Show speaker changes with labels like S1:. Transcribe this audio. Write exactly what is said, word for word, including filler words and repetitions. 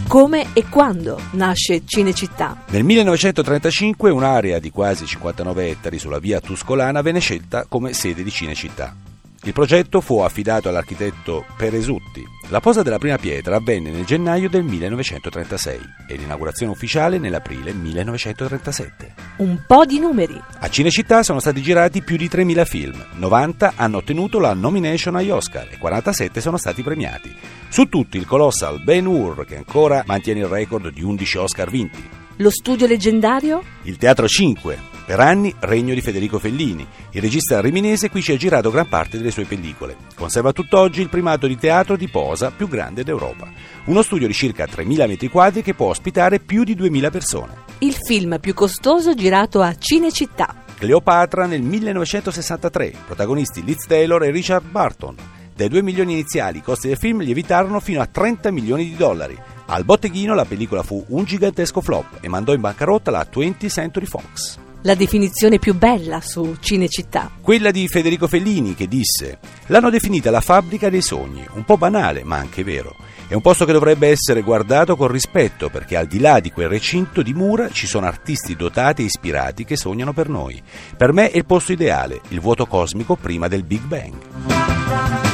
S1: Come e quando nasce Cinecittà?
S2: Nel millenovecentotrentacinque un'area di quasi cinquantanove ettari sulla via Tuscolana venne scelta come sede di Cinecittà. Il progetto fu affidato all'architetto Peresutti. La posa della prima pietra avvenne nel gennaio del millenovecentotrentasei e l'inaugurazione ufficiale nell'aprile millenovecentotrentasette.
S1: Un po' di numeri.
S2: A Cinecittà sono stati girati più di tremila film, novanta hanno ottenuto la nomination agli Oscar e quarantasette sono stati premiati. Su tutti il colossal Ben-Hur, che ancora mantiene il record di undici Oscar vinti.
S1: Lo studio leggendario?
S2: Il Teatro cinque, per anni regno di Federico Fellini. Il regista riminese qui ci ha girato gran parte delle sue pellicole. Conserva tutt'oggi il primato di teatro di posa più grande d'Europa. Uno studio di circa tremila metri quadri che può ospitare più di duemila persone.
S1: Il film più costoso girato a Cinecittà.
S2: Cleopatra nel millenovecentosessantatré, protagonisti Liz Taylor e Richard Burton. Dai due milioni iniziali i costi del film lievitarono fino a trenta milioni di dollari. Al botteghino la pellicola fu un gigantesco flop e mandò in bancarotta la twentieth Century Fox.
S1: La definizione più bella su Cinecittà?
S2: Quella di Federico Fellini, che disse: l'hanno definita la fabbrica dei sogni, un po' banale ma anche vero. È un posto che dovrebbe essere guardato con rispetto, perché al di là di quel recinto di mura ci sono artisti dotati e ispirati che sognano per noi. Per me è il posto ideale, il vuoto cosmico prima del Big Bang.